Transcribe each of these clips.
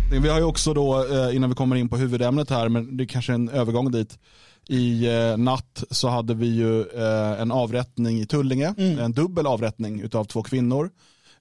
Vi har ju också då, innan vi kommer in på huvudämnet här, men det är kanske en övergång dit. I natt så hade vi ju en avrättning i Tullinge, en dubbel avrättning utav 2 kvinnor.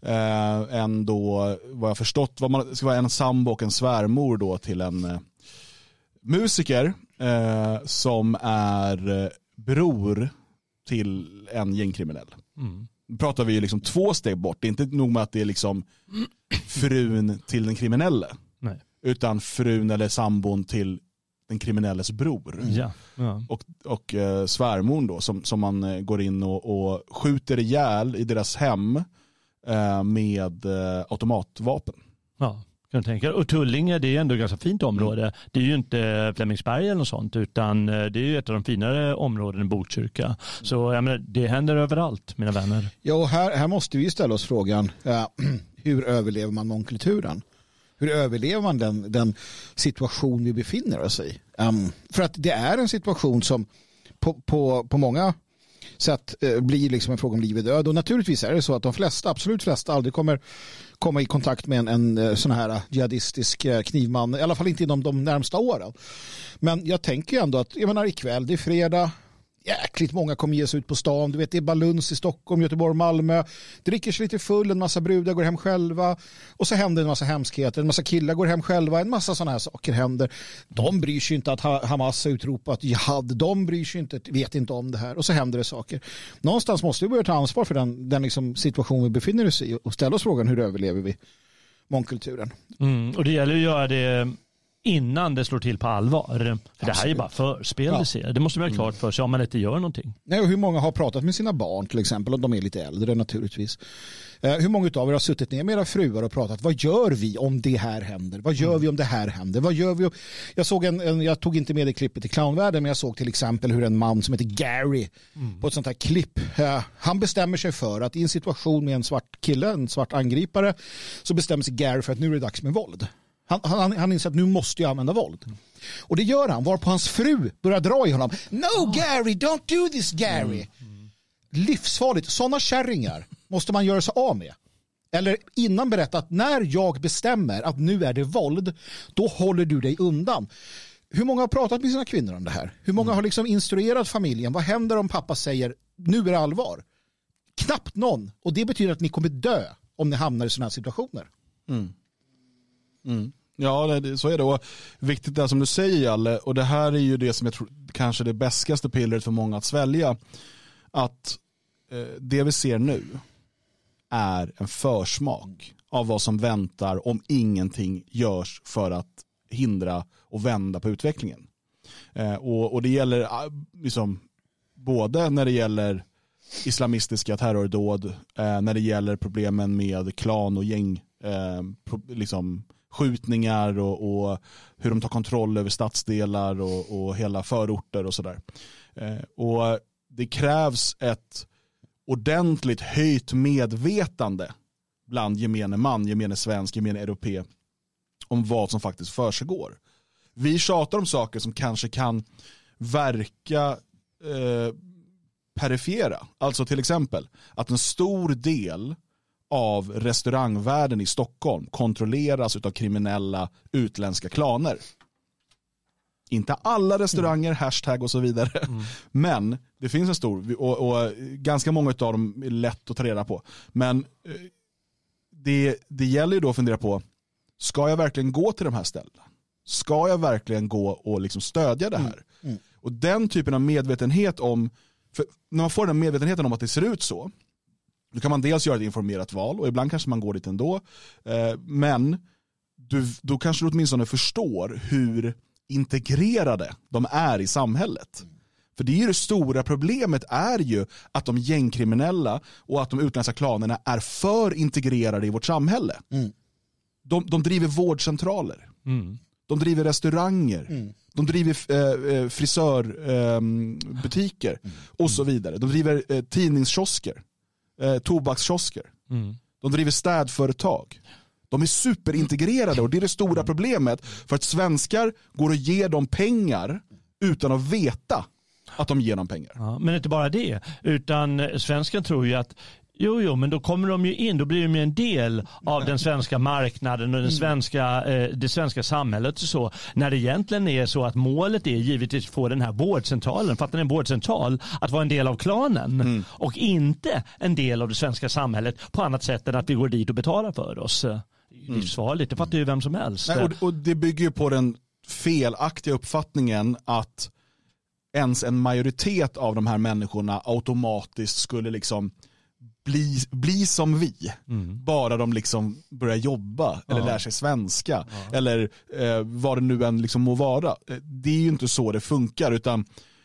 En då, vad jag förstått, det ska vara en sambo och en svärmor då till en musiker som är bror till en gängkriminell. Pratar vi ju liksom 2 steg bort. Det är inte nog med att det är liksom frun till den kriminelle. Nej. Utan frun eller sambon till den kriminelles bror. Ja. Och svärmor då som man går in och skjuter ihjäl i deras hem med automatvapen. Ja, kan jag tänka. Och Tullinge, det är ändå ett ganska fint område. Det är ju inte Flemingsberg eller något sånt, utan det är ju ett av de finare områdena i Botkyrka. Så jag menar, det händer överallt, mina vänner. Ja, och här måste vi ställa oss frågan, hur överlever man mångkulturen? Hur överlever man den situation vi befinner oss i? För att det är en situation som på många sätt blir liksom en fråga om liv och död. Och naturligtvis är det så att de flesta, absolut flesta, aldrig kommer komma i kontakt med en sån här jihadistisk knivman. I alla fall inte inom de närmsta åren. Men jag tänker ju ändå att, jag menar, ikväll, det är fredag. Jäkligt många kommer ge sig ut på stan. Du vet, det är baluns i Stockholm, Göteborg, Malmö. Dricker sig lite full, en massa brudar går hem själva. Och så händer en massa hemskheter. En massa killar går hem själva. En massa sådana här saker händer. De bryr sig inte att Hamas har utropat jihad. De bryr sig inte, vet inte om det här. Och så händer det saker. Någonstans måste vi börja ta ansvar för den liksom situation vi befinner oss i. Och ställa oss frågan, hur överlever vi mångkulturen? Och det gäller att göra det innan det slår till på allvar. För absolut. Det här är bara förspel. Ja. Det måste vara klart för sig om man inte gör någonting. Nej, och hur många har pratat med sina barn till exempel, och de är lite äldre naturligtvis. Hur många av er har suttit ner med era fruar och pratat, vad gör vi om det här händer? Vad gör vi om det här händer? Vad gör vi om... Jag tog inte med det klippet i clownvärlden, men jag såg till exempel hur en man som heter Gary på ett sånt här klipp, han bestämmer sig för att i en situation med en svart kille, en svart angripare, så bestämmer sig Gary för att nu är det dags med våld. Han inser att nu måste jag använda våld. Och det gör han, varpå hans fru börjar dra i honom. No, Gary, don't do this, Gary. Livsfarligt. Sådana kärringar måste man göra sig av med. Eller innan berätta att när jag bestämmer att nu är det våld, då håller du dig undan. Hur många har pratat med sina kvinnor om det här? Hur många har liksom instruerat familjen? Vad händer om pappa säger, nu är det allvar? Knappt någon. Och det betyder att ni kommer dö om ni hamnar i sådana här situationer. Ja, så är det. Och viktigt det som du säger, Jalle, och det här är ju det som jag tror kanske det bäskaste pillret för många att svälja, att det vi ser nu är en försmak av vad som väntar om ingenting görs för att hindra och vända på utvecklingen. Och det gäller liksom både när det gäller islamistiska terrordåd, när det gäller problemen med klan och gäng, liksom skjutningar och hur de tar kontroll över stadsdelar och hela förorter och sådär. Och det krävs ett ordentligt höjt medvetande bland gemene man, gemene svensk, gemene europé om vad som faktiskt försiggår. Vi tjatar om saker som kanske kan verka perifera. Alltså till exempel att en stor del av restaurangvärlden i Stockholm kontrolleras av kriminella utländska klaner. Inte alla restauranger, hashtag och så vidare. Men det finns en stor, och ganska många av dem är lätt att ta reda på. Men det gäller ju då att fundera på, ska jag verkligen gå till de här ställena? Ska jag verkligen gå och liksom stödja det här? Och den typen av medvetenhet om, för när man får den medvetenheten om att det ser ut så, då kan man dels göra ett informerat val, och ibland kanske man går dit ändå. Men då kanske du åtminstone förstår hur integrerade de är i samhället. För det är ju det stora problemet, är ju att de gängkriminella och att de utländska klanerna är för integrerade i vårt samhälle. De driver vårdcentraler. De driver restauranger. De driver frisörbutiker och så vidare. De driver tidningskiosker, tobakskiosker. De driver städföretag. De är superintegrerade, och det är det stora problemet, för att svenskar går och ger dem pengar utan att veta att de ger dem pengar. Ja, men inte bara det, utan svensken tror ju att Jo, men då kommer de ju in, då blir de ju en del av den svenska marknaden och det svenska samhället och så. När det egentligen är så att målet är givetvis att få den här vårdcentralen, för att den är en vårdcentral, att vara en del av klanen och inte en del av det svenska samhället på annat sätt än att vi går dit och betalar för oss. Livsfarligt, det fattar ju vem som helst. Nej, och det bygger ju på den felaktiga uppfattningen att ens en majoritet av de här människorna automatiskt skulle liksom bli som vi. Bara de liksom börjar jobba eller lär sig svenska eller vad det nu än liksom må vara. Det är ju inte så det funkar, utan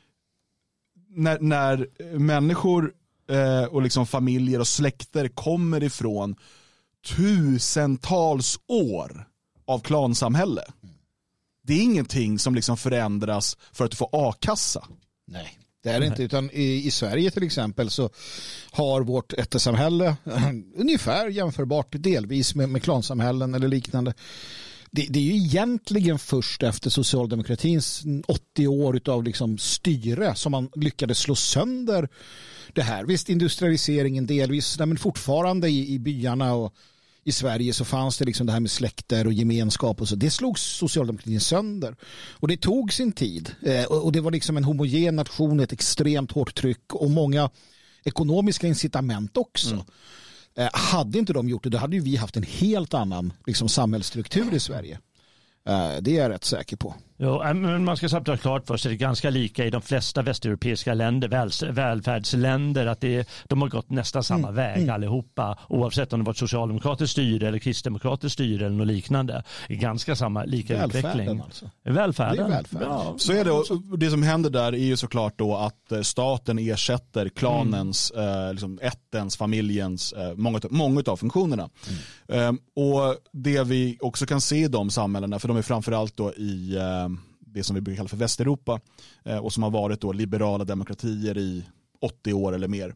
när människor och liksom familjer och släkter kommer ifrån tusentals år av klansamhälle. Det är ingenting som liksom förändras för att du får a-kassa. Nej, det är det inte. Utan i Sverige till exempel så har vårt ättesamhälle ungefär jämförbart delvis med klansamhällen eller liknande. Det är ju egentligen först efter socialdemokratins 80 år av liksom styre som man lyckades slå sönder det här. Visst, industrialiseringen delvis, men fortfarande i byarna och i Sverige så fanns det liksom det här med släkter och gemenskap och så. Det slog socialdemokratin sönder. Och det tog sin tid. Och det var liksom en homogen nation, ett extremt hårt tryck och många ekonomiska incitament också. Hade inte de gjort det, då hade ju vi haft en helt annan liksom samhällsstruktur i Sverige. Det är jag rätt säker på. Jo, men man ska samtidigt ha klart för sig, det är ganska lika i de flesta västeuropeiska länder, välfärdsländer, att de har gått nästan samma väg allihopa, oavsett om det var socialdemokratiskt styre eller kristdemokratiskt styre eller något liknande. Ganska samma, lika välfärden, utveckling. Alltså. Välfärden. Det är välfärden. Ja. Så är det, och det som händer där är ju såklart då att staten ersätter klanens, liksom ättens, familjens, många av funktionerna. Och det vi också kan se i de samhällena, för de är framförallt då i det som vi brukar kalla för Västeuropa och som har varit då liberala demokratier i 80 år eller mer.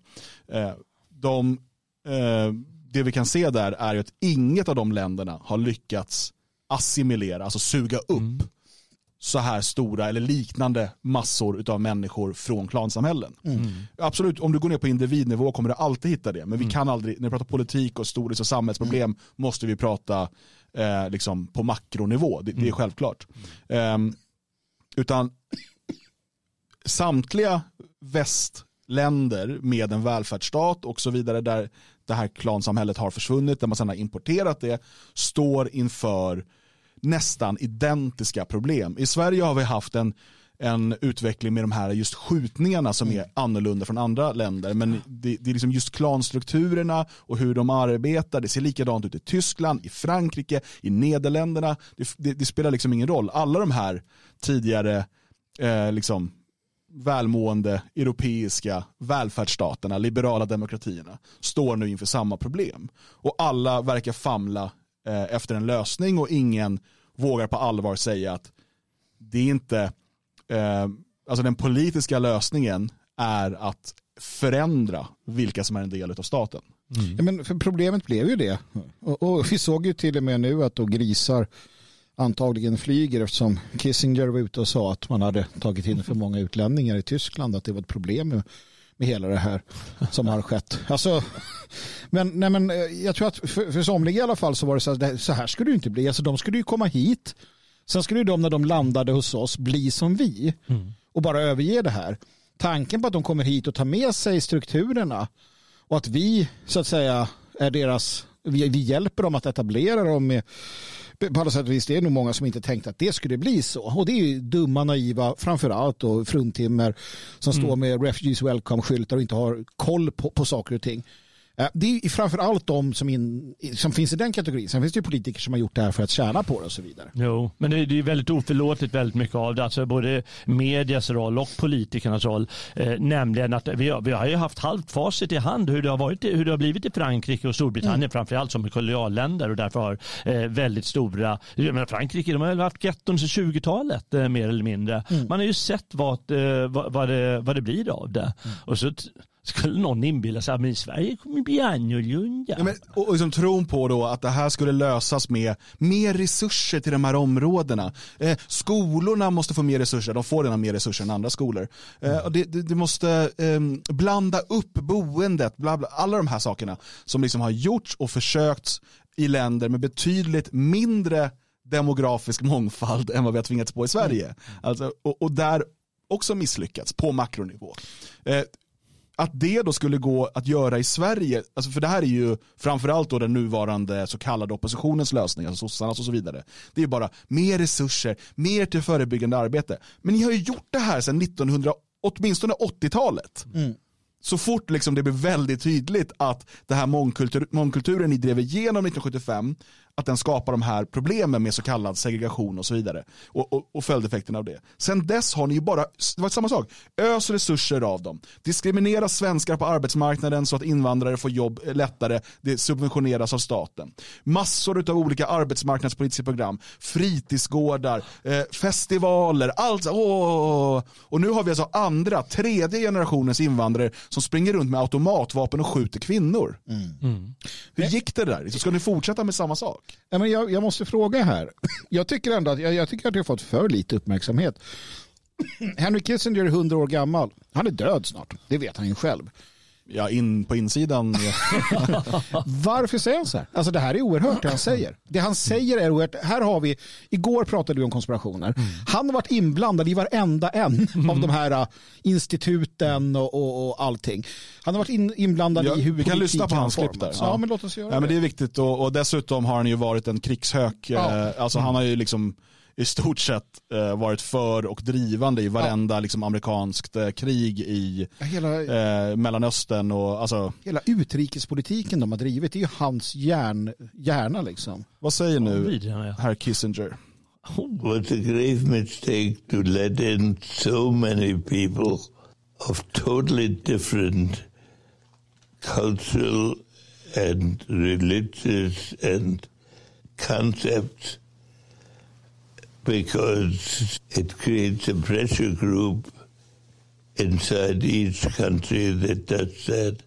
Det vi kan se där är ju att inget av de länderna har lyckats assimilera, alltså suga upp så här stora eller liknande massor av människor från klansamhällen. Absolut, om du går ner på individnivå kommer du alltid hitta det, men vi kan aldrig, när vi pratar politik och storhets- och samhällsproblem måste vi prata liksom på makronivå, det är självklart. Utan samtliga västländer med en välfärdsstat och så vidare, där det här klansamhället har försvunnit, där man sedan har importerat det, står inför nästan identiska problem. I Sverige har vi haft en utveckling med de här just skjutningarna som är annorlunda från andra länder, men det är liksom just klanstrukturerna och hur de arbetar, det ser likadant ut i Tyskland, i Frankrike, i Nederländerna, det spelar liksom ingen roll. Alla de här tidigare liksom välmående europeiska välfärdsstaterna, liberala demokratierna, står nu inför samma problem. Och alla verkar famla efter en lösning, och ingen vågar på allvar säga att det är inte alltså den politiska lösningen är att förändra vilka som är en del av staten. Ja, men för problemet blev ju det. Och vi såg ju till och med nu att då grisar antagligen flyger, eftersom Kissinger var ute och sa att man hade tagit in för många utlänningar i Tyskland, att det var ett problem med hela det här som har skett. Alltså, men jag tror att för somliga i alla fall så var det så här skulle det inte bli. Alltså, de skulle ju komma hit, sen skulle de när de landade hos oss bli som vi och bara överge det här. Tanken på att de kommer hit och tar med sig strukturerna och att vi så att säga är deras, vi hjälper dem att etablera dem med, på alla sätt och vis, det är nog många som inte tänkt att det skulle bli så. Och det är ju dumma, naiva, framförallt och fruntimmer som står med Refugees Welcome-skyltar och inte har koll på saker och ting. Det är framförallt de som finns i den kategorin. Sen finns det ju politiker som har gjort det här för att tjäna på det och så vidare. Jo, men det är väldigt oförlåtligt väldigt mycket av det. Alltså både medias roll och politikernas roll. Nämligen att vi har ju haft halvt facit i hand hur det har blivit i Frankrike och Storbritannien framförallt som kolonialländer, och därför har väldigt stora... Jag menar, Frankrike, de har väl haft getton sedan 20-talet mer eller mindre. Man har ju sett vad det blir av det. Och så skulle någon inbilla sig att i Sverige kommer bli annorlunda. Ja, men, och liksom tron på då att det här skulle lösas med mer resurser till de här områdena. Skolorna måste få mer resurser, de får redan mer resurser än andra skolor. Och det måste blanda upp boendet, bla bla, alla de här sakerna som liksom har gjorts och försökts i länder med betydligt mindre demografisk mångfald än vad vi har tvingats på i Sverige. Alltså, och där också misslyckats på makronivå. Att det då skulle gå att göra i Sverige, alltså för det här är ju framförallt då den nuvarande så kallade oppositionens lösning, alltså sossarnas och så vidare. Det är ju bara mer resurser, mer till förebyggande arbete. Men ni har ju gjort det här sedan åtminstone 80-talet. Så fort liksom det blir väldigt tydligt att det här mångkulturen ni drev igenom 1975, att den skapar de här problemen med så kallad segregation och så vidare. Och följdeffekterna av det. Sen dess har ni ju bara, det var samma sak, ös resurser av dem. Diskriminera svenskar på arbetsmarknaden så att invandrare får jobb lättare. Det subventioneras av staten. Massor av olika arbetsmarknadspolitiska program, fritidsgårdar, festivaler, allt. Och nu har vi alltså tredje generationens invandrare som springer runt med automatvapen och skjuter kvinnor. Hur gick det där? Så ska ni fortsätta med samma sak? Ja, men jag måste fråga här. Jag tycker ändå att jag tycker att jag har fått för lite uppmärksamhet. Henry Kissinger är 100 år gammal. Han är död snart. Det vet han ju själv. Ja, på insidan. Varför säger han så här? Alltså det här är oerhört det han säger. Det han säger är oerhört. Här har vi, igår pratade vi om konspirationer. Han har varit inblandad i varenda en av de här instituten och allting. Han har varit inblandad i hur vi kan lyssna på hans klipp där. Ja, men låt oss göra det. Men det är viktigt och dessutom har han ju varit en krigshök. Alltså han har ju liksom i stort sett varit för och drivande i varenda liksom amerikanskt krig i Mellanöstern och alltså hela utrikespolitiken de har drivit, det är ju hans hjärna liksom. Vad säger nu herr Kissinger? What a grave mistake to let in so many people of totally different cultural and religious and concepts, because it creates a pressure group inside each country that does that.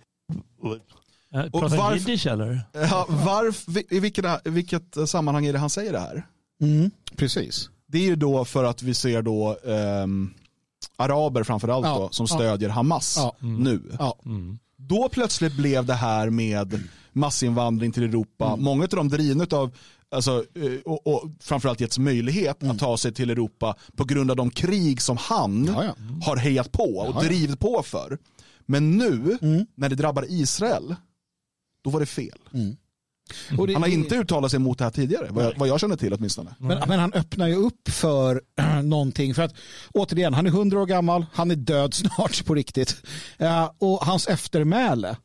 Pratar jiddisch eller? Ja, i vilket sammanhang är det han säger det här? Precis. Det är ju då för att vi ser då araber framförallt då, som stödjer Hamas nu. Då plötsligt blev det här med massinvandring till Europa. Många av dem drivna av alltså, och framförallt getts möjlighet att ta sig till Europa på grund av de krig som han har hejat på och drivit på för. Men nu, när det drabbar Israel, då var det fel. Och han har inte uttalat sig mot det här tidigare, vad jag känner till åtminstone. Men han öppnar ju upp för någonting. För att återigen, han är 100 år gammal, han är död snart på riktigt. Och hans eftermäle,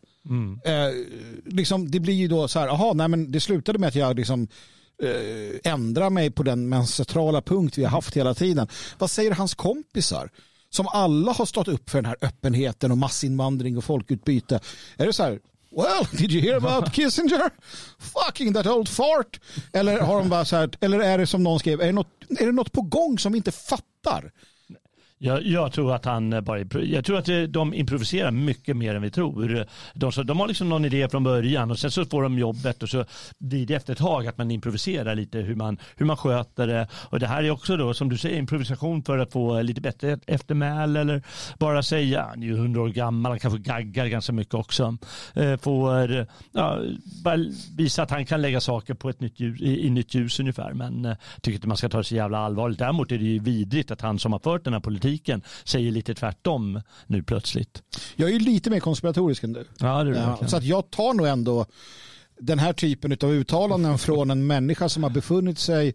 liksom, det blir ju då så här, men det slutade med att jag liksom ändra mig på den mest centrala punkt vi har haft hela tiden. Vad säger hans kompisar som alla har stått upp för den här öppenheten och massinvandring och folkutbyte? Är det så här, well, did you hear about Kissinger? Fucking that old fart. Eller har de bara så här, eller är det som någon skrev, är det något på gång som vi inte fattar? Jag tror att jag tror att de improviserar mycket mer än vi tror. De har liksom någon idé från början och sen så får de jobbet och så blir det efter ett tag att man improviserar lite hur man sköter det. Och det här är också då, som du säger, improvisation för att få lite bättre eftermäl eller bara säga, han är ju 100 år gammal, han kanske gaggar ganska mycket också. Får bara visa att han kan lägga saker på ett nytt ljus ungefär, men tycker inte man ska ta det så jävla allvarligt. Däremot är det ju vidrigt att han som har fört den här politiken säger lite tvärtom nu plötsligt. Jag är ju lite mer konspiratorisk än du. Ja, det är det. Så att jag tar nog ändå den här typen av uttalanden från en människa som har befunnit sig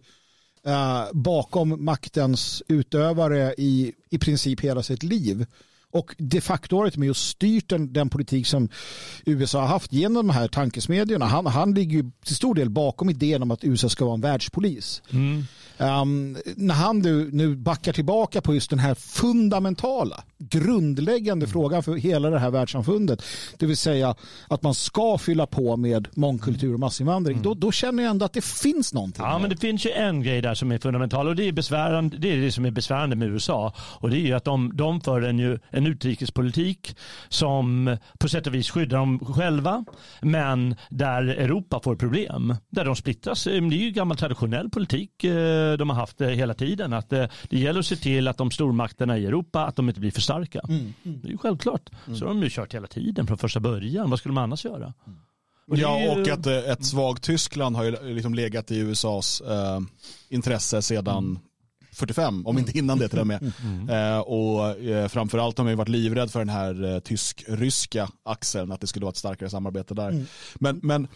bakom maktens utövare i princip hela sitt liv. Och de facto har med och styrt den politik som USA har haft genom de här tankesmedjorna. Han ligger ju till stor del bakom idén om att USA ska vara en världspolis. När han nu backar tillbaka på just den här fundamentala grundläggande frågan för hela det här världssamfundet, det vill säga att man ska fylla på med mångkultur och massinvandring, då känner jag ändå att det finns någonting. Ja, men det finns ju en grej där som är fundamental, och det är besvärande, det är det som är besvärande med USA, och det är ju att de för en utrikespolitik som på sätt och vis skyddar dem själva, men där Europa får problem, där de splittras. Det är ju gammal traditionell politik de har haft hela tiden, att det gäller att se till att de stormakterna i Europa, att de inte blir för starka. Det är ju självklart. Så de har ju kört hela tiden från första början. Vad skulle man annars göra? Och att ett svagt Tyskland har ju liksom legat i USAs intresse sedan 45, om inte innan det till och med. Och framförallt har man ju varit livrädd för den här tysk-ryska axeln, att det skulle vara ett starkare samarbete där. Men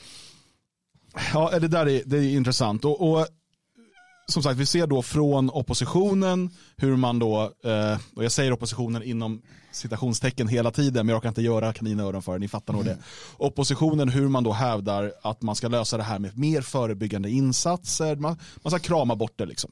ja, det där är intressant. Och som sagt, vi ser då från oppositionen hur man då, och jag säger oppositionen inom citationstecken hela tiden, men jag kan inte göra kaninöron för det, ni fattar nog det. Oppositionen, hur man då hävdar att man ska lösa det här med mer förebyggande insatser, man ska krama bort det liksom.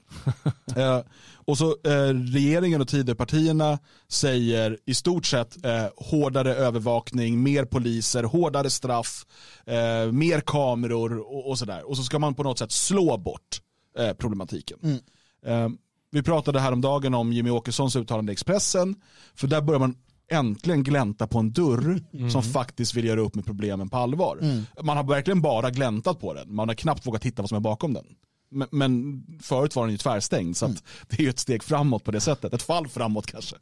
Och så regeringen och Tidöpartierna säger i stort sett hårdare övervakning, mer poliser, hårdare straff, mer kameror och sådär. Och så ska man på något sätt slå bort problematiken. Vi pratade häromdagen om Jimmy Åkessons uttalande i Expressen, för där börjar man äntligen glänta på en dörr som faktiskt vill göra upp med problemen på allvar. Man har verkligen bara gläntat på den. Man har knappt vågat titta vad som är bakom den. Men förut var den ju tvärstängd, så att det är ju ett steg framåt på det sättet. Ett fall framåt kanske.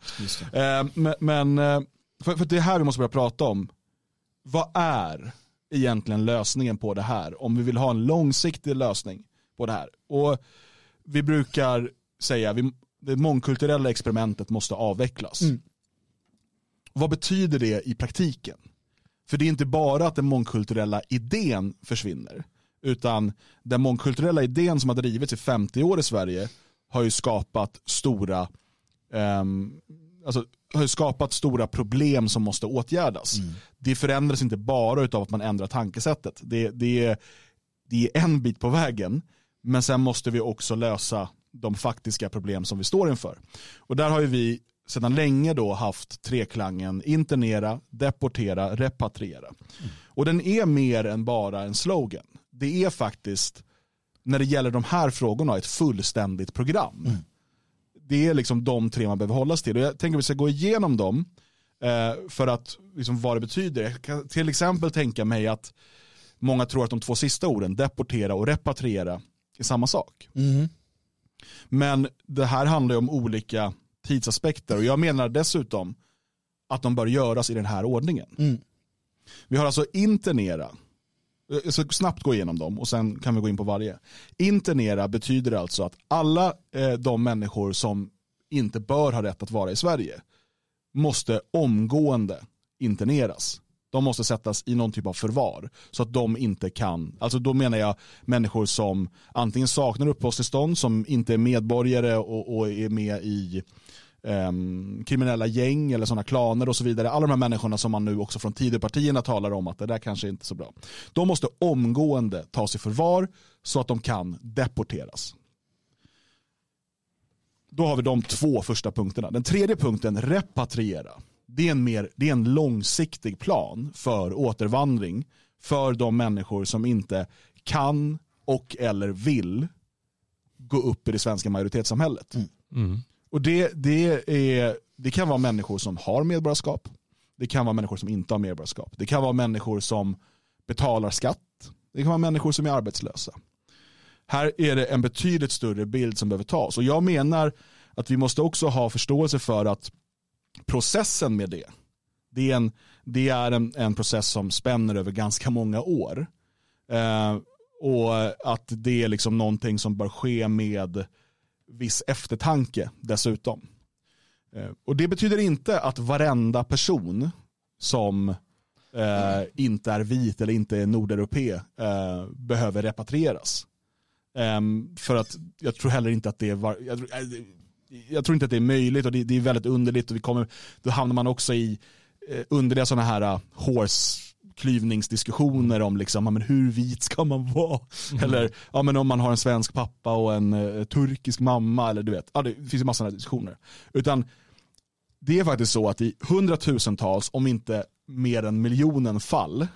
Men för det här vi måste börja prata om. Vad är egentligen lösningen på det här? Om vi vill ha en långsiktig lösning på det här. Och vi brukar säga det mångkulturella experimentet måste avvecklas. Vad betyder det i praktiken? För det är inte bara att den mångkulturella idén försvinner, utan den mångkulturella idén som har drivits i 50 år i Sverige har ju skapat stora problem som måste åtgärdas. Det förändras inte bara av att man ändrar tankesättet. Det är en bit på vägen, men sen måste vi också lösa de faktiska problem som vi står inför. Och där har ju vi sedan länge då haft treklangen internera, deportera, repatriera. Och den är mer än bara en slogan. Det är faktiskt, när det gäller de här frågorna, ett fullständigt program. Det är liksom de tre man behöver hållas till. Och jag tänker att vi ska gå igenom dem för att liksom vad det betyder. Jag kan till exempel tänka mig att många tror att de två sista orden, deportera och repatriera, är samma sak. Men det här handlar ju om olika tidsaspekter, och jag menar dessutom att de bör göras i den här ordningen. Vi har alltså internera. Jag ska snabbt gå igenom dem och sen kan vi gå in på varje. Internera betyder alltså att alla de människor som inte bör ha rätt att vara i Sverige måste omgående interneras. De måste sättas i någon typ av förvar så att de inte kan, alltså då menar jag människor som antingen saknar uppehållstillstånd, som inte är medborgare och är med i kriminella gäng eller sådana klaner och så vidare. Alla de här människorna som man nu också från Tidöpartierna talar om att det där kanske inte är så bra. De måste omgående tas i förvar så att de kan deporteras. Då har vi de två första punkterna. Den tredje punkten, repatriera. Det är en långsiktig plan för återvandring för de människor som inte kan och eller vill gå upp i det svenska majoritetssamhället. Och det kan vara människor som har medborgarskap. Det kan vara människor som inte har medborgarskap. Det kan vara människor som betalar skatt. Det kan vara människor som är arbetslösa. Här är det en betydligt större bild som behöver tas. Och jag menar att vi måste också ha förståelse för att processen med det är en process som spänner över ganska många år. Och att det är liksom någonting som bör ske med viss eftertanke dessutom. Och det betyder inte att varenda person som inte är vit eller inte är nordeuropé behöver repatrieras. För att jag tror heller inte att det är jag tror inte att det är möjligt, och det är väldigt underligt, och då hamnar man också i underliga sådana här hårsklyvningsdiskussioner om liksom, men hur vit ska man vara? Eller men om man har en svensk pappa och en turkisk mamma, eller du vet, det finns ju massor av diskussioner. Utan det är faktiskt så att i 100,000-tals, om inte mer än miljonen fall,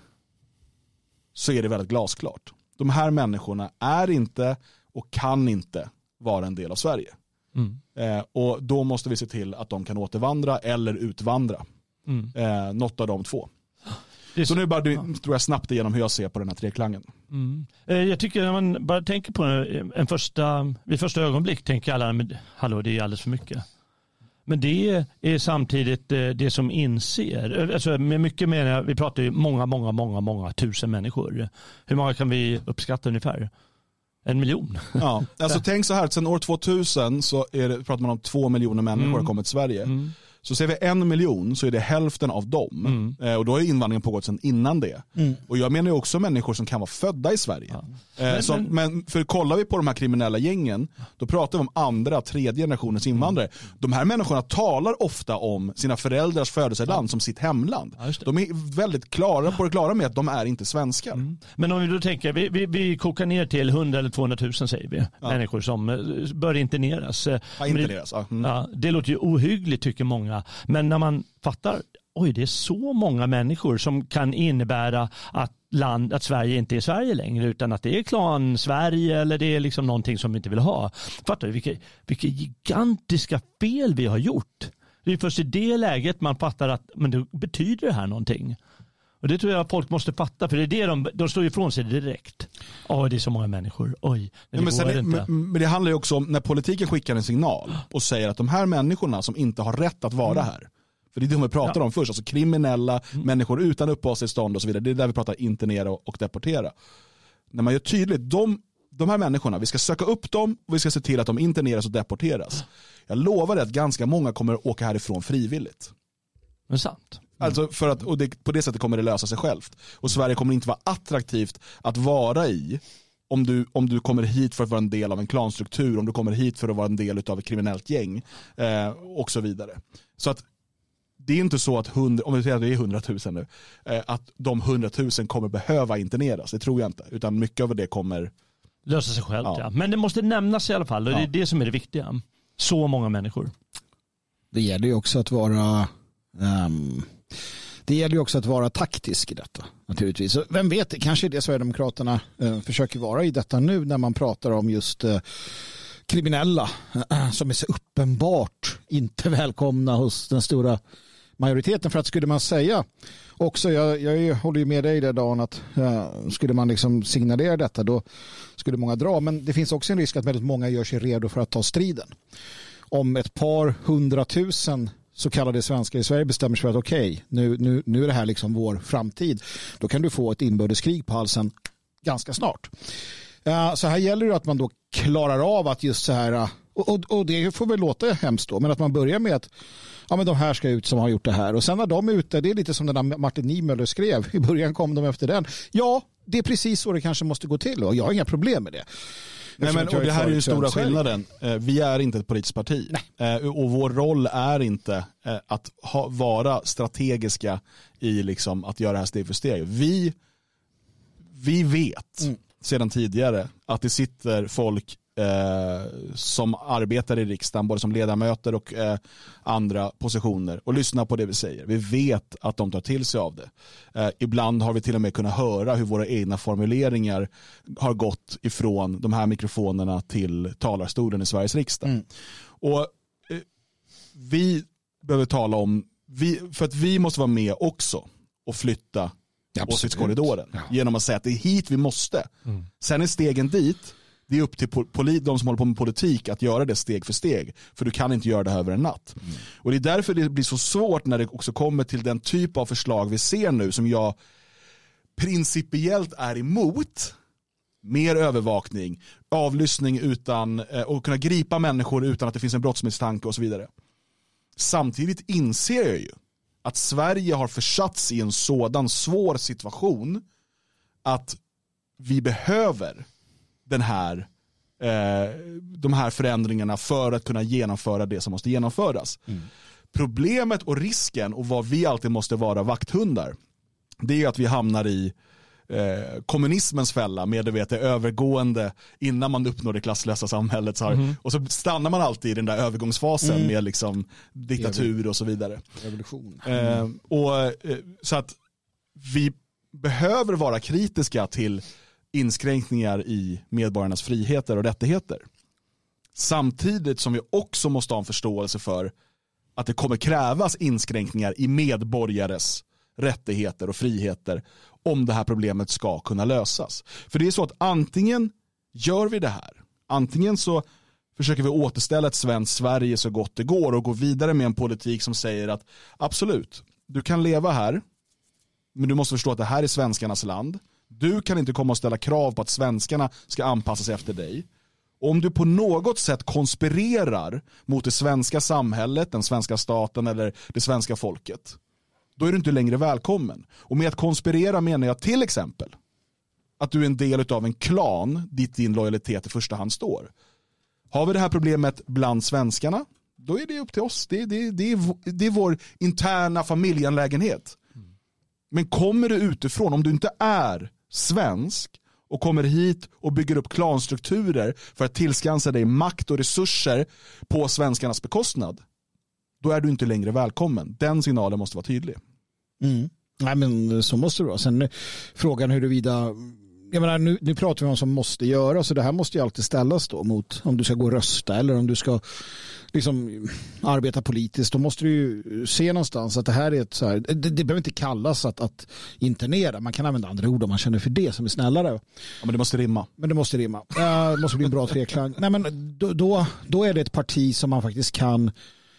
så är det väldigt glasklart. De här människorna är inte och kan inte vara en del av Sverige. Och då måste vi se till att de kan återvandra eller utvandra. Något av de två. Så nu bara tror jag snabbt igenom hur jag ser på den här treklangen. Jag tycker när man bara tänker på vid första ögonblick tänker alla, men hallå, det är alldeles för mycket. Men det är samtidigt det som inser, alltså med mycket mer, vi pratar ju många tusen människor. Hur många kan vi uppskatta ungefär? 1 miljon. Ja, alltså tänk så här, sen år 2000 så pratar man om 2 miljoner människor har kommit till Sverige. Så ser vi 1 miljon så är det hälften av dem. Och då har invandringen pågått sedan innan det. Och jag menar ju också människor som kan vara födda i Sverige. Men för kollar vi på de här kriminella gängen, då pratar vi om andra, tredje generationens invandrare. De här människorna talar ofta om sina föräldrars födelseland som sitt hemland. De är väldigt klara med att de är inte svenskar. Men om vi då tänker, vi kokar ner till 100 eller 200 000 säger vi. Människor som bör interneras. Det låter ju ohyggligt tycker många. Men när man fattar, det är så många människor som kan innebära att Sverige inte är Sverige längre utan att det är klan Sverige eller det är liksom någonting som vi inte vill ha. Fattar du vilka gigantiska fel vi har gjort? Det är först i det läget man fattar att men det betyder det här någonting. Och det tror jag att folk måste fatta, för det är det de slår ifrån sig direkt. Det är så många människor. Men det handlar ju också om när politiken skickar en signal och säger att de här människorna som inte har rätt att vara här, för det är det vi pratar om först, alltså kriminella, människor utan uppehållstillstånd och så vidare, det är där vi pratar internera och deportera. När man gör tydligt, de här människorna, vi ska söka upp dem och vi ska se till att de interneras och deporteras. Jag lovar dig att ganska många kommer åka härifrån frivilligt. Det är sant. Alltså för att, på det sättet kommer det lösa sig självt. Och Sverige kommer inte vara attraktivt att vara i om du kommer hit för att vara en del av en klanstruktur, om du kommer hit för att vara en del av ett kriminellt gäng och så vidare. Så att det är inte så att om vi säger att det är 100 000 nu, att de 100 000 kommer behöva interneras. Det tror jag inte. Utan mycket av det kommer lösa sig självt. Ja. Men det måste nämnas i alla fall. Och det är det som är det viktiga. Så många människor. Det gäller ju också att vara det gäller ju också att vara taktisk i detta, naturligtvis. Så vem vet, kanske är det Sverigedemokraterna försöker vara i detta nu när man pratar om just kriminella som är så uppenbart inte välkomna hos den stora majoriteten. För att skulle man säga också, jag håller ju med dig där Dan, att skulle man liksom signalera detta då skulle många dra. Men det finns också en risk att väldigt många gör sig redo för att ta striden. Om ett par 100 000 så kallade svenskar i Sverige bestämmer sig för att nu är det här liksom vår framtid. Då kan du få ett inbördeskrig på halsen ganska snart. Så här gäller det att man då klarar av att just så här, och det får väl låta hemskt då, men att man börjar med att men de här ska ut som har gjort det här. Och sen när de är ute, det är lite som den där Martin Niemöller skrev. I början kom de efter den. Ja, det är precis så det kanske måste gå till och jag har inga problem med det. Nej, men, och det här är ju stora skillnaden. Vi är inte ett politiskt parti. Och vår roll är inte att vara strategiska i liksom att göra det här steg för steg. Vi vet sedan tidigare att det sitter folk som arbetar i riksdagen, både som ledamöter och andra positioner, och lyssnar på det vi säger. Vi vet att de tar till sig av det. Ibland har vi till och med kunnat höra hur våra egna formuleringar har gått ifrån de här mikrofonerna till talarstolen i Sveriges riksdag. Och vi behöver tala om, för att vi måste vara med också och flytta åsiktskorridoren genom att säga att det är hit vi måste. Sen är stegen dit, det är upp till de som håller på med politik att göra det steg för steg. För du kan inte göra det över en natt. Och det är därför det blir så svårt när det också kommer till den typ av förslag vi ser nu som jag principiellt är emot. Mer övervakning, avlyssning utan och kunna gripa människor utan att det finns en brottsmisstanke och så vidare. Samtidigt inser jag ju att Sverige har försatts i en sådan svår situation att vi behöver de här förändringarna för att kunna genomföra det som måste genomföras. Problemet och risken och vad vi alltid måste vara vakthundar, det är att vi hamnar i kommunismens fälla med det övergående innan man uppnår det klasslösa samhället. Och så stannar man alltid i den där övergångsfasen med liksom diktatur och så vidare. Revolution. Så att vi behöver vara kritiska till inskränkningar i medborgarnas friheter och rättigheter. Samtidigt som vi också måste ha en förståelse för att det kommer krävas inskränkningar i medborgares rättigheter och friheter om det här problemet ska kunna lösas. För det är så att antingen gör vi det här, antingen så försöker vi återställa ett svenskt Sverige så gott det går och gå vidare med en politik som säger att absolut, du kan leva här, men du måste förstå att det här är svenskarnas land. Du kan inte komma och ställa krav på att svenskarna ska anpassa sig efter dig. Om du på något sätt konspirerar mot det svenska samhället, den svenska staten eller det svenska folket, då är du inte längre välkommen. Och med att konspirera menar jag till exempel att du är en del av en klan dit din lojalitet i första hand står. Har vi det här problemet bland svenskarna, då är det upp till oss. Det är vår interna familjeanlägenhet. Men kommer du utifrån, om du inte är svensk och kommer hit och bygger upp klanstrukturer för att tillskansa dig makt och resurser på svenskarnas bekostnad, då är du inte längre välkommen. Den signalen måste vara tydlig. Nej, men så måste det vara. Sen frågan huruvida, jag menar, nu pratar vi om vad som måste göras, så det här måste ju alltid ställas då mot om du ska gå och rösta eller om du ska liksom arbeta politiskt. Då måste du ju se någonstans att det här är ett så här, det behöver inte kallas att internera. Man kan använda andra ord om man känner för det som är snällare. Ja, men det måste rimma. Det måste bli en bra treklang. Nej, men då är det ett parti som man faktiskt kan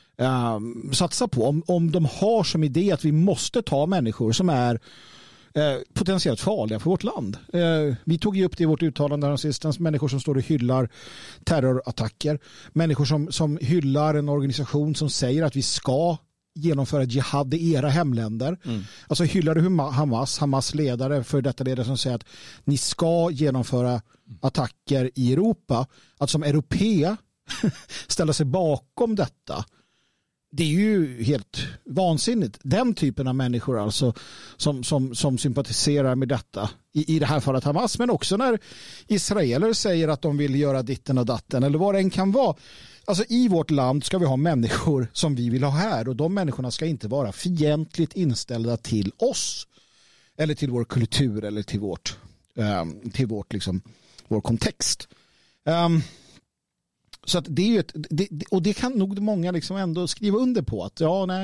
satsa på. Om de har som idé att vi måste ta människor som är potentiellt farliga för vårt land. Vi tog ju upp det i vårt uttalande här sistens, människor som står och hyllar terrorattacker, människor som hyllar en organisation som säger att vi ska genomföra jihad i era hemländer. Alltså hyllar du Hamas ledare, för detta ledare som säger att ni ska genomföra attacker i Europa, att som europé ställa sig bakom detta. Det är ju helt vansinnigt. Den typen av människor alltså som sympatiserar med detta. I det här fallet Hamas, men också när israeler säger att de vill göra ditten och datten eller vad det än kan vara. Alltså i vårt land ska vi ha människor som vi vill ha här, och de människorna ska inte vara fientligt inställda till oss eller till vår kultur eller till vårt liksom, vår kontext. Så att det är ju och det kan nog många liksom ändå skriva under på att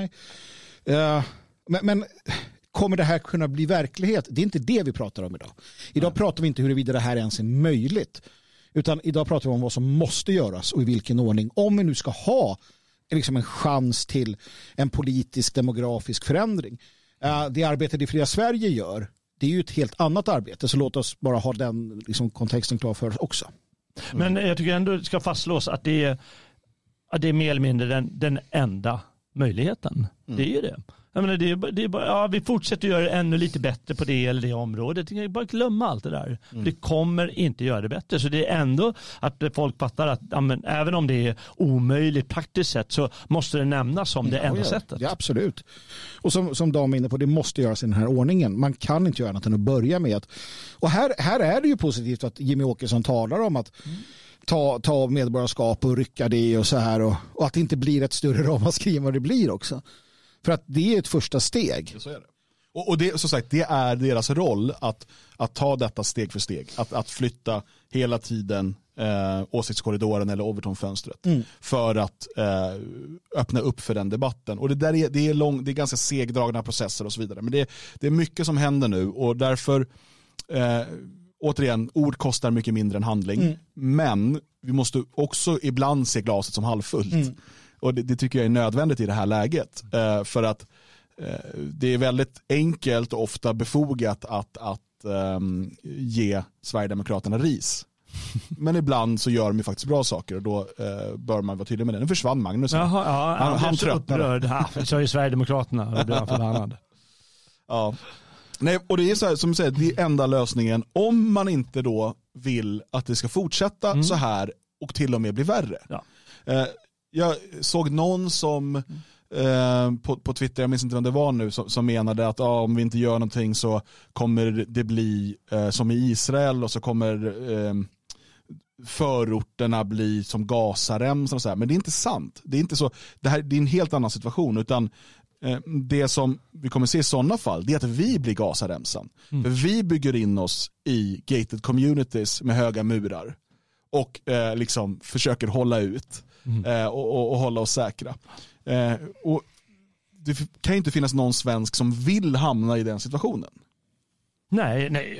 men kommer det här kunna bli verklighet? Det är inte det vi pratar om idag. Idag pratar vi inte huruvida det här ens är möjligt, utan idag pratar vi om vad som måste göras och i vilken ordning, om vi nu ska ha liksom en chans till en politisk demografisk förändring. Det arbete Det fria Sverige gör, det är ju ett helt annat arbete, så låt oss bara ha den liksom kontexten klar för oss också. Men jag tycker ändå det ska fastslås att det är mer eller mindre den enda möjligheten. Det är ju det. Jag menar, det är bara, vi fortsätter göra det ännu lite bättre på det eller det området. Jag bara glömma allt det där. Det kommer inte göra det bättre. Så det är ändå att folk fattar att även om det är omöjligt praktiskt sett, så måste det nämnas som det enda sättet. Ja, absolut. Och som Dan är inne på, det måste göras i den här ordningen. Man kan inte göra annat än att börja med att, och här är det ju positivt att Jimmy Åkesson talar om att ta medborgarskap och rycka det och så här, och att det inte blir ett större ramaskri än vad det blir också. För att det är ett första steg. Så är det. Och det, som sagt, det är deras roll att ta detta steg för steg. Att flytta hela tiden åsiktskorridoren eller Overton-fönstret för att öppna upp för den debatten. Och det är ganska segdragna processer och så vidare. Men det är mycket som händer nu, och därför återigen, ord kostar mycket mindre än handling. Men vi måste också ibland se glaset som halvfullt. Och det tycker jag är nödvändigt i det här läget. För att det är väldigt enkelt och ofta befogat att ge Sverigedemokraterna ris. Men ibland så gör de ju faktiskt bra saker, och då bör man vara tydlig med det. Nu försvann Magnus. Han tröttnade. Så är Sverigedemokraterna och blir han förbannad. Ja. Nej, och det är så här, som du säger, det är enda lösningen om man inte då vill att det ska fortsätta så här och till och med bli värre. Ja. Jag såg någon som på Twitter, jag minns inte vem det var nu, som menade att om vi inte gör någonting så kommer det bli som i Israel, och så kommer förorterna bli som Gazaremsan och så här. Men det är inte sant. Det är inte så. Det är en helt annan situation, utan det som vi kommer se i sådana fall, det är att vi blir Gazaremsan. För vi bygger in oss i gated communities med höga murar och liksom försöker hålla ut och hålla oss säkra. Och det kan ju inte finnas någon svensk som vill hamna i den situationen. Nej.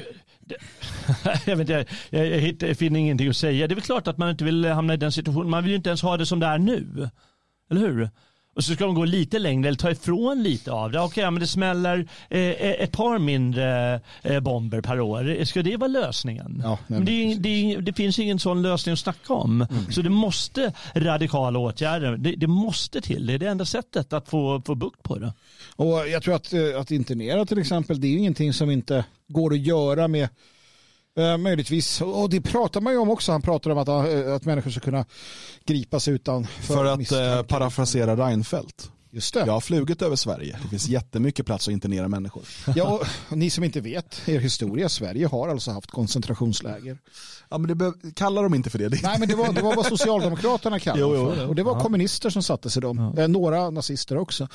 Jag finner ingenting att säga. Det är väl klart att man inte vill hamna i den situationen. Man vill ju inte ens ha det som det är nu. Eller hur? Och så ska de gå lite längre eller ta ifrån lite av det. Okej, men det smäller ett par mindre bomber per år. Ska det vara lösningen? Ja, men det finns ingen sån lösning att snacka om. Så det måste radikala åtgärder. Det måste till. Det är det enda sättet att få bukt på det. Och jag tror att internera till exempel, det är ju ingenting som inte går att göra med möjligtvis, och det pratar man ju om också. Han pratar om att människor ska kunna gripas utan för att parafrasera Reinfeldt. Just det. Jag har flugit över Sverige. Det finns jättemycket plats att internera människor. Ja, och ni som inte vet er historia, Sverige har alltså haft koncentrationsläger. Ja, men kallar de inte för det. Nej, men det var vad Socialdemokraterna kallade för. Och det var kommunister som satte sig dem. Några nazister också.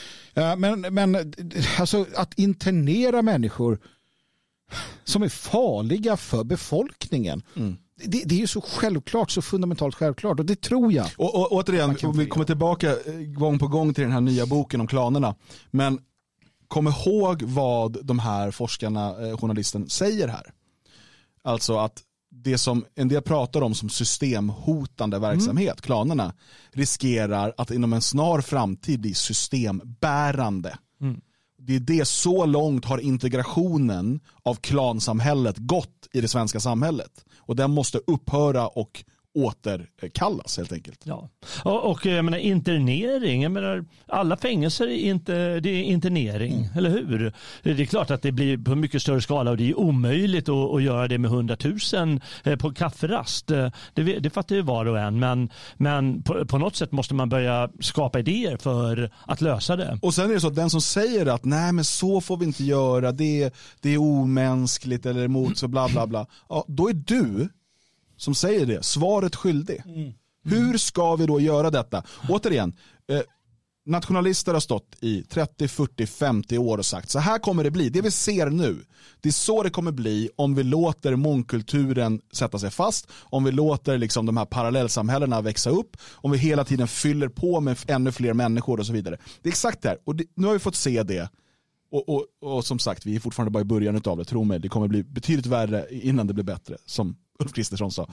Men alltså att internera människor som är farliga för befolkningen. Det är ju så självklart, så fundamentalt självklart, och det tror jag. Och återigen, vi kommer tillbaka gång på gång till den här nya boken om klanerna. Men kom ihåg vad de här forskarna, journalisten, säger här. Alltså att det som en del pratar om som systemhotande verksamhet, klanerna, riskerar att inom en snar framtid bli systembärande. Det är det, så långt har integrationen av klansamhället gått i det svenska samhället. Och den måste upphöra och återkallas helt enkelt. Ja. Och jag menar, internering, jag menar, alla fängelser det är internering, eller hur? Det är klart att det blir på mycket större skala, och det är omöjligt att göra det med 100 000 på kafferast. Det fattar ju var och en, men på något sätt måste man börja skapa idéer för att lösa det. Och sen är det så att den som säger att nej, men så får vi inte göra, det är omänskligt eller emot så bla bla bla. Ja, då är du som säger det svaret skyldig. Hur ska vi då göra detta? Återigen, nationalister har stått i 30, 40, 50 år och sagt så här kommer det bli. Det vi ser nu, det är så det kommer bli om vi låter mångkulturen sätta sig fast, om vi låter liksom de här parallellsamhällena växa upp, om vi hela tiden fyller på med ännu fler människor och så vidare. Det är exakt det här. Och nu har vi fått se det. Och som sagt, vi är fortfarande bara i början av det. Tro mig, det kommer bli betydligt värre innan det blir bättre, som Ulf Kristersson sa.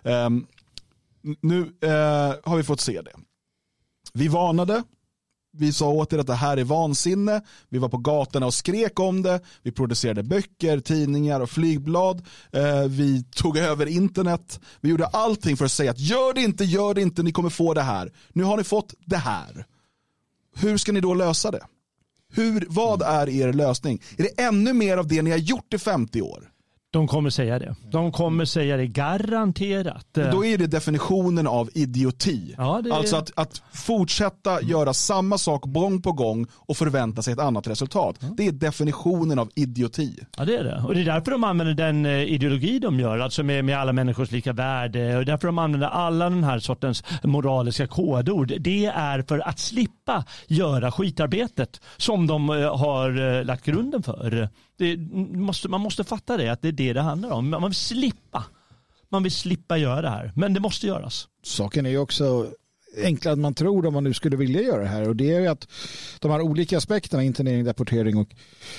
Nu har vi fått se det. Vi varnade. Vi sa åt er att det här är vansinne. Vi var på gatorna och skrek om det. Vi producerade böcker, tidningar och flygblad. Vi tog över internet. Vi gjorde allting för att säga att gör det inte, ni kommer få det här. Nu har ni fått det här. Hur ska ni då lösa det? Vad är er lösning? Är det ännu mer av det ni har gjort i 50 år? De kommer säga det. De kommer säga det garanterat. Då är det definitionen av idioti. Ja, alltså att fortsätta göra samma sak gång på gång och förvänta sig ett annat resultat. Det är definitionen av idioti. Ja, det är det. Och det är därför de använder den ideologi de gör, alltså med alla människors lika värde. Och därför de använder alla den här sortens moraliska kodord. Det är för att slippa göra skitarbetet som de har lagt grunden för. Man måste fatta det, att det är det handlar om. Man vill slippa göra det här, men det måste göras. Saken är ju också enklare än man tror om man nu skulle vilja göra det här, och det är ju att de här olika aspekterna, internering, deportering och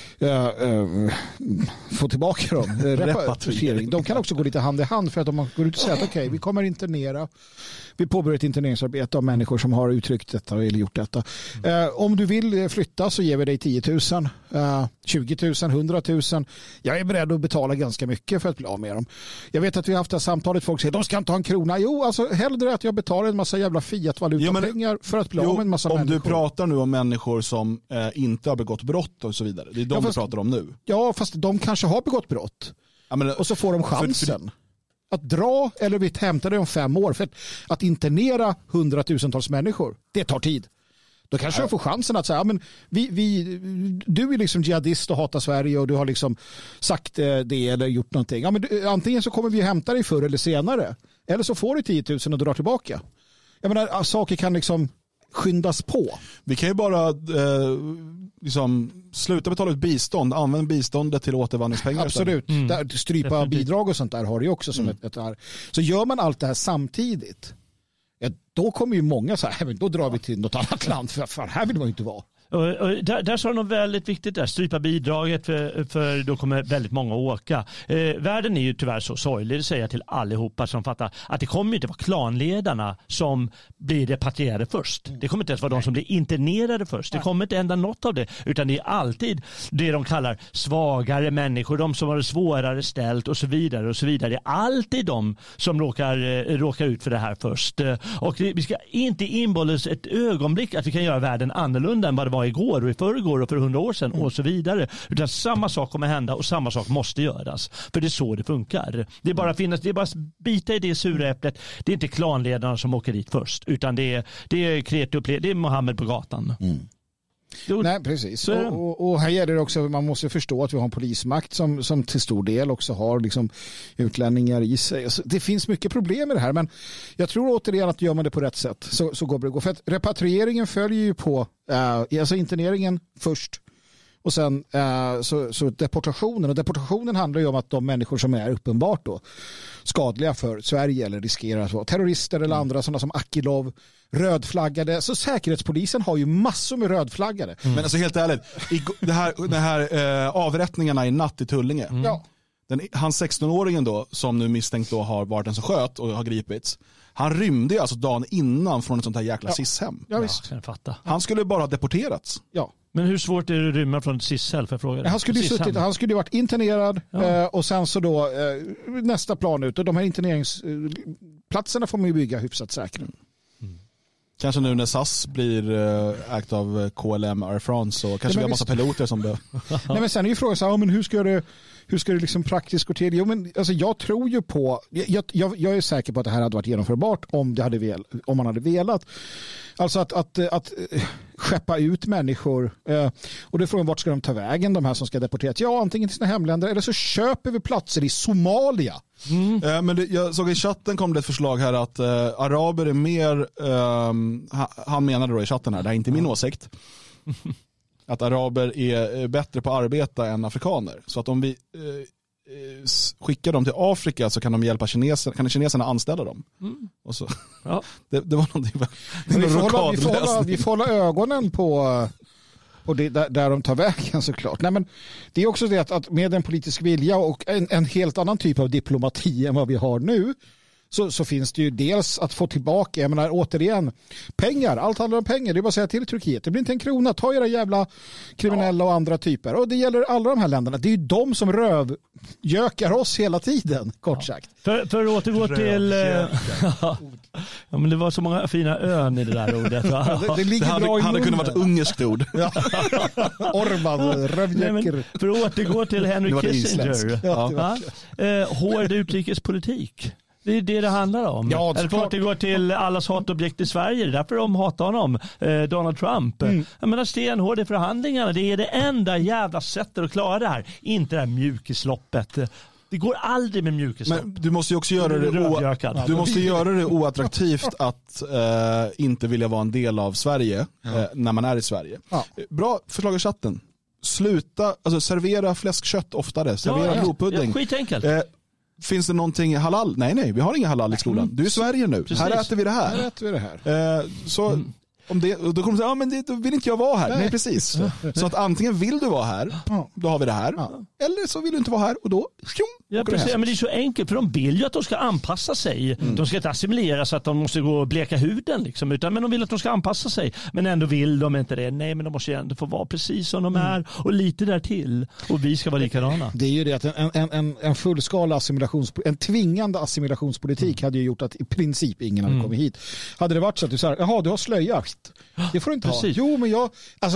få tillbaka dem, repatriering, de kan också gå lite hand i hand, för att om man går ut och säger att okej, vi kommer internera, vi påbörjar ett interneringsarbete av människor som har uttryckt detta eller gjort detta. Om du vill flytta så ger vi dig 10 000, 20 000, 100 000. Jag är beredd att betala ganska mycket för att bli av med dem. Jag vet att vi har haft det här samtalet, folk säger de ska inte ha en krona. Jo, alltså hellre att jag betalar en massa jävla fiat-valuta-pengar för att bli av med en massa människor. Om du pratar nu om människor som inte har begått brott och så vidare. Det är de vi pratar om nu. Ja, fast de kanske har begått brott. Ja, men, och så får de chansen att dra, eller vi hämtar det om 5 år. För att internera 100 000-tals människor, det tar tid. Då kanske de får chansen att säga, men du är liksom jihadist och hatar Sverige och du har liksom sagt det eller gjort någonting. Ja, men antingen så kommer vi hämta dig förr eller senare. Eller så får du 10 000 och drar tillbaka. Jag menar, saker kan liksom skyndas på. Vi kan ju bara liksom sluta betala ut bistånd, använd biståndet till återvandringspengar. Absolut. Där, strypa bidrag och sånt där har det ju också som ett här. Så gör man allt det här samtidigt, då kommer ju många så här, då drar vi till något annat land, för fan, här vill man ju inte vara. Och där sa de något väldigt viktigt där, strypa bidraget för då kommer väldigt många åka. Världen är ju tyvärr så sorglig, det säger jag till allihopa som fattar att det kommer inte vara klanledarna som blir repatrierade först. Det kommer inte ens vara de som blir internerade först. Det kommer inte hända något av det, utan det är alltid det de kallar svagare människor, de som har det svårare ställt och så vidare och så vidare. Det är alltid de som råkar ut för det här först. Och vi ska inte inbolla oss ett ögonblick att vi kan göra världen annorlunda än vad det var igår och i förrgår och för 100 år sedan och så vidare. Utan samma sak kommer hända och samma sak måste göras. För det är så det funkar. Det är bara bita i det sura äpplet. Det är inte klanledarna som åker dit först, utan det är Mohammed på gatan. Nej, precis. Och här gäller det också, man måste förstå att vi har en polismakt som till stor del också har liksom utlänningar i sig. Alltså, det finns mycket problem med det här, men jag tror återigen att gör man det på rätt sätt så går det att gå. För att repatrieringen följer ju på alltså interneringen först och sen så deportationen. Och deportationen handlar ju om att de människor som är uppenbart då skadliga för Sverige eller riskerar att vara terrorister eller andra sådana som Akilov, rödflaggade. Så säkerhetspolisen har ju massor med rödflaggade. Men alltså helt ärligt, det här avrättningarna i natt i Tullinge. Han 16-åringen då, som nu misstänkt då har varit den som sköt och har gripits. Han rymde ju alltså dagen innan från ett sånt här jäkla SIS-hem. Ja, visst. Kan jag fatta. Han skulle bara ha deporterats. Ja. Men hur svårt är det att rymma från ett SIS-hem för frågan? Han skulle ju varit internerad och sen så då nästa plan ut, och de här interneringsplatserna får man ju bygga hyfsat säkra. Kanske nu när SAS blir ägt av KLM Air France så kanske vi har massa piloter som behöver. Nej, men sen är ju frågan så här, men hur ska det liksom praktiskt gå till? Jo, men alltså jag tror ju på, jag är säker på att det här hade varit genomförbart om man hade velat. Alltså att skeppa ut människor och då är frågan, vart ska de ta vägen, de här som ska deporteras? Ja, antingen till sina hemländer eller så köper vi platser i Somalia. Men jag såg i chatten kom det ett förslag här att araber är mer, han menade då i chatten här, det här är inte min åsikt, att araber är bättre på att arbeta än afrikaner. Så att om vi skickar dem till Afrika så kan de hjälpa kineserna anställa dem. Och så. Ja. Det var någonting. Vi får hålla ögonen på det, där de tar vägen såklart. Nej, men det är också det att med en politisk vilja och en helt annan typ av diplomati än vad vi har nu så finns det ju dels att få tillbaka, jag menar återigen, pengar, allt handlar om pengar, det är bara att säga till Turkiet, det blir inte en krona, ta era jävla kriminella och andra typer, och det gäller alla de här länderna, det är ju de som rövgökar oss hela tiden, kort sagt. För att återgå till ja, men det var så många fina ön i det där ordet. Det hade kunnat vara ett ungerskt ord. Orban, rövgöker. För att återgå till Henry Kissinger. Hård utrikespolitik. Det är det handlar om. Ja, eller för att det går till allas hatobjekt i Sverige. Det är därför de hatar honom. Donald Trump. Jag menar, stenhård i förhandlingarna. Det är det enda jävla sättet att klara det här. Inte det här mjukisloppet. Det går aldrig med mjukislopp. Men du måste ju också göra det oattraktivt att inte vilja vara en del av Sverige när man är i Sverige. Ja. Bra förslag i chatten. Sluta, alltså servera fläskkött oftare. Servera blodpudding. Skitenkelt. Finns det någonting halal? Nej, vi har inga halal i skolan. Du är i Sverige nu. Precis. Här äter vi det här. Så om det, då kommer du säga, men då vill inte jag vara här. Nej, precis. Så att antingen vill du vara här, då har vi det här. Eller så vill du inte vara här och då precis. Men det är så enkelt, för de vill ju att de ska anpassa sig. De ska inte assimilera så att de måste gå och bleka huden liksom, men de vill att de ska anpassa sig. Men ändå vill de inte det. Nej, men de måste ju ändå få vara precis som de är och lite där till. Och vi ska vara likadana. Det är ju det att en fullskala en tvingande assimilationspolitik hade ju gjort att i princip ingen hade kommit hit. Hade det varit så att du säger, jaha, du har slöja. Det får du inte ha. Jo, men jag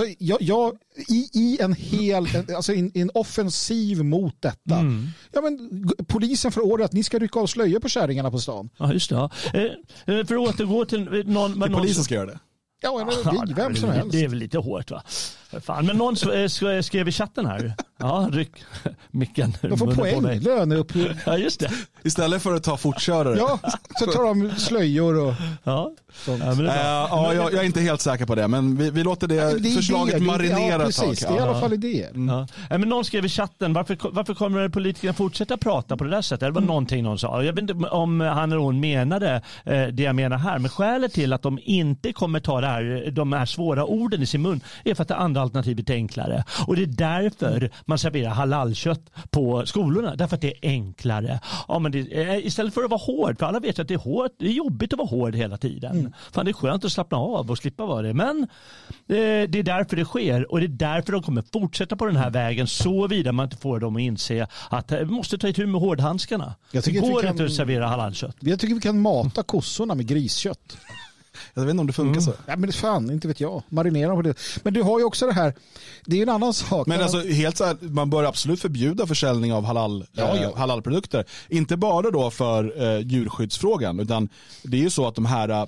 i en offensiv mot detta. Ja, men polisen förordrar att ni ska rycka av slöjor på kärringarna på stan. Ja, just det. För att återgå till någon... Polisen ska göra det. Ja, eller vem som helst. Det är väl lite hårt, va? Fan, men någon skrev i chatten här. Ja, ryck micken. De får poäng, löner upp. Ja, just det. Istället för att ta fortkörare. Ja, så tar de slöjor och ja. sånt. Jag är inte helt säker på det, men vi låter det förslaget marinera ett tag. Det är i alla fall idéer. Ja. Men någon skrev i chatten, varför kommer politikerna fortsätta prata på det där sättet? Det var någonting någon sa. Jag vet inte om han eller hon menade det jag menar här, men skälet till att de inte kommer ta de här svåra orden i sin mun är för att det andra alternativet är enklare. Och det är därför man serverar halalkött på skolorna, därför att det är enklare. Ja, men istället för att vara hård, för alla vet att det är hårt, det är jobbigt att vara hård hela tiden. Fan, det är skönt att slappna av och slippa vara det, men det är därför det sker, och det är därför de kommer fortsätta på den här vägen, så vidare man inte får dem att inse att vi måste ta itu med hårdhandskarna. Det går inte att servera halalkött. Jag tycker vi kan mata kossorna med griskött. Jag vet inte om det funkar så. Ja, men fan, inte vet jag. Marinera på det. Men du har ju också det här, det är en annan sak. Men alltså, helt så här, man bör absolut förbjuda försäljning av halalprodukter. Inte bara då för djurskyddsfrågan, utan det är ju så att de här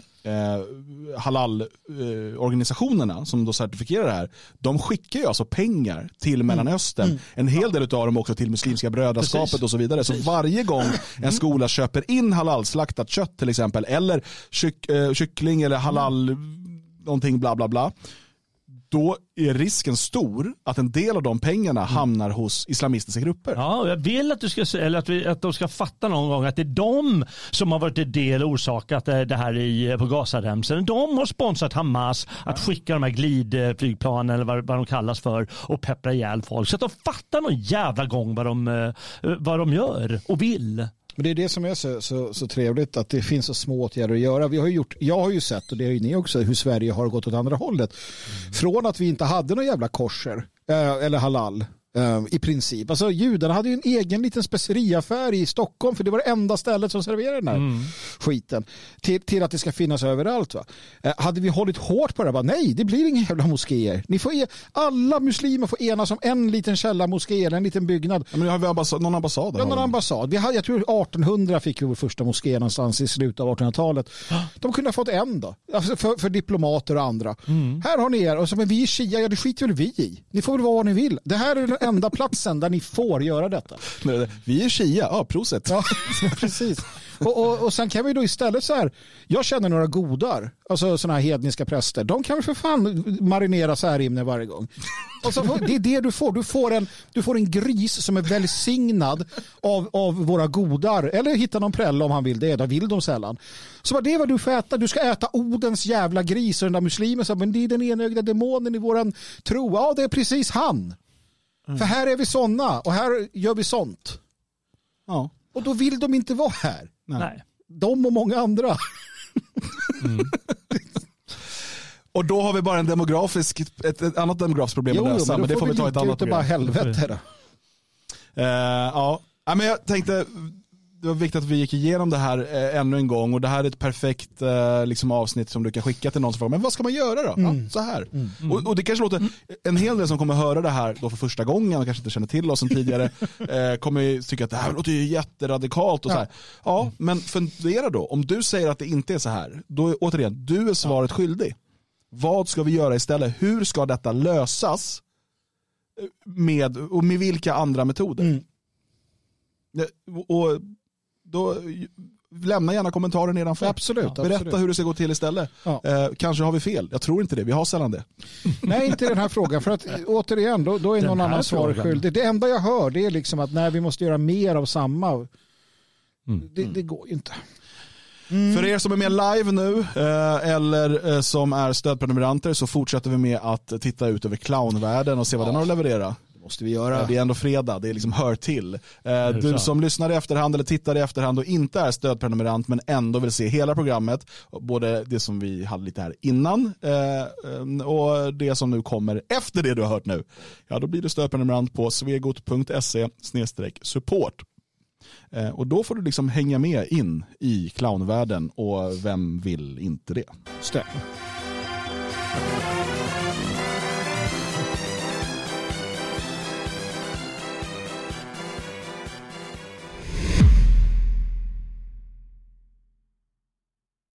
halalorganisationerna som då certifierar det här, de skickar ju alltså pengar till Mellanöstern. En hel del av dem också till Muslimska brödraskapet och så vidare. Så varje gång en skola köper in halalslaktat kött till exempel, eller kyckling eller halal någonting bla bla bla, då är risken stor att en del av de pengarna hamnar hos islamistiska grupper. Ja, och jag vill att du ska att de ska fatta någon gång att det är de som har varit en del och orsakat det här på Gazaremsen. De har sponsrat Hamas att skicka de här glidflygplanen eller vad de kallas för och peppra ihjäl folk. Så att de fattar någon jävla gång vad de gör och vill. Men det är det som är så trevligt, att det finns så små åtgärder att göra. Jag har ju sett, och det har ju ni också, hur Sverige har gått åt andra hållet. Från att vi inte hade några jävla kosher eller halal i princip. Alltså judarna hade ju en egen liten speceriaffär i Stockholm, för det var det enda stället som serverade den här skiten. Till att det ska finnas överallt, va. Hade vi hållit hårt på det, bara nej, det blir inga jävla moskéer. Alla muslimer får enas om en liten källarmoské eller en liten byggnad. Ja, men har vi någon ambassad? Ja, någon ambassad. Jag tror 1800 fick vi vår första moské någonstans i slutet av 1800-talet. De kunde ha fått en då. Alltså för diplomater och andra. Här har ni er. Och så, men vi är shia, ja det skiter väl vi i. Ni får väl vara vad ni vill. Det här är den enda platsen där ni får göra detta. Vi är shia, proset. Ja, precis. Och sen kan vi då istället så här, jag känner några godar, alltså såna här hedniska präster, de kan väl för fan marinera så här ämne varje gång. Och så det är det du får. Du får en gris som är välsignad av våra godar, eller hitta någon präll om han vill det, där vill de sällan. Så vad det är vad du får äta, du ska äta Odens jävla gris, och den där muslimen sa, men det är den enögda demonen i våran tro. Ja, det är precis han. För här är vi såna och här gör vi sånt. Ja. Och då vill de inte vara här. Nej. De och många andra. Och då har vi bara ett annat demografiskt problem att lösa. Men det får vi ta ett annat program. Bara helvete då. Ja, men jag tänkte det var viktigt att vi gick igenom det här ännu en gång, och det här är ett perfekt avsnitt som du kan skicka till någon som frågar, men vad ska man göra då? Ja, så här. Och det kanske låter, en hel del som kommer höra det här då för första gången och kanske inte känner till oss sedan tidigare kommer ju tycka att det här låter ju jätteradikalt och så här. Ja, men fundera då, om du säger att det inte är så här, då återigen, du är svaret skyldig. Vad ska vi göra istället? Hur ska detta lösas med vilka andra metoder? Och då lämna gärna kommentaren nedanför. Absolut. Berätta hur det ska gå till istället. Ja. Kanske har vi fel. Jag tror inte det. Vi har sällan det. Nej, inte den här frågan. För att återigen, då är någon annan svar skyldig. Det enda jag hör, det är liksom att när vi måste göra mer av samma. Det går ju inte. För er som är med live nu eller som är stödprenumeranter, så fortsätter vi med att titta ut över clownvärlden och se vad den har att leverera. Måste vi göra. Det är ändå fredag, det är liksom hör till. Du som lyssnar i efterhand eller tittar i efterhand och inte är stödprenumerant men ändå vill se hela programmet, både det som vi hade lite här innan och det som nu kommer efter det du har hört nu, ja då blir du stödprenumerant på svegot.se/support. Och då får du liksom hänga med in i clownvärlden, och vem vill inte det? Stämmer.